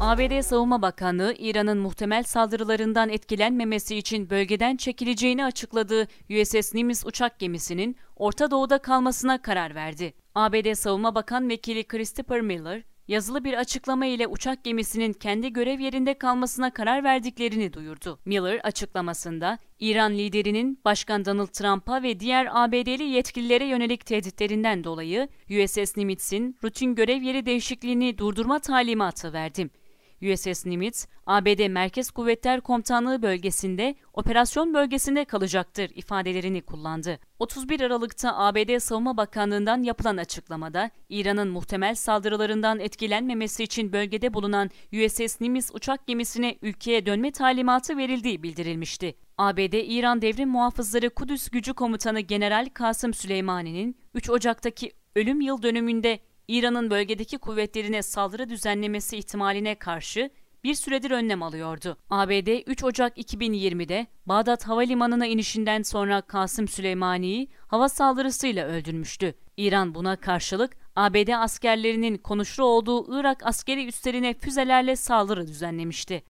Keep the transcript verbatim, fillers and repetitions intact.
A B D Savunma Bakanlığı, İran'ın muhtemel saldırılarından etkilenmemesi için bölgeden çekileceğini açıkladığı U S S Nimitz uçak gemisinin Orta Doğu'da kalmasına karar verdi. A B D Savunma Bakan Vekili Christopher Miller, yazılı bir açıklama ile uçak gemisinin kendi görev yerinde kalmasına karar verdiklerini duyurdu. Miller açıklamasında, İran liderinin Başkan Donald Trump'a ve diğer A B D'li yetkililere yönelik tehditlerinden dolayı U S S Nimitz'in rutin görev yeri değişikliğini durdurma talimatı verdi. U S S Nimitz, A B D Merkez Kuvvetler Komutanlığı bölgesinde operasyon bölgesinde kalacaktır ifadelerini kullandı. otuz bir Aralık'ta A B D Savunma Bakanlığı'ndan yapılan açıklamada, İran'ın muhtemel saldırılarından etkilenmemesi için bölgede bulunan U S S Nimitz uçak gemisine ülkeye dönme talimatı verildiği bildirilmişti. A B D İran Devrim Muhafızları Kudüs Gücü Komutanı General Kasım Süleymani'nin üç Ocak'taki ölüm yıl dönümünde İran'ın bölgedeki kuvvetlerine saldırı düzenlemesi ihtimaline karşı bir süredir önlem alıyordu. A B D üç Ocak iki bin yirmi'de Bağdat Havalimanı'na inişinden sonra Kasım Süleymani'yi hava saldırısıyla öldürmüştü. İran buna karşılık A B D askerlerinin konuşlu olduğu Irak askeri üslerine füzelerle saldırı düzenlemişti.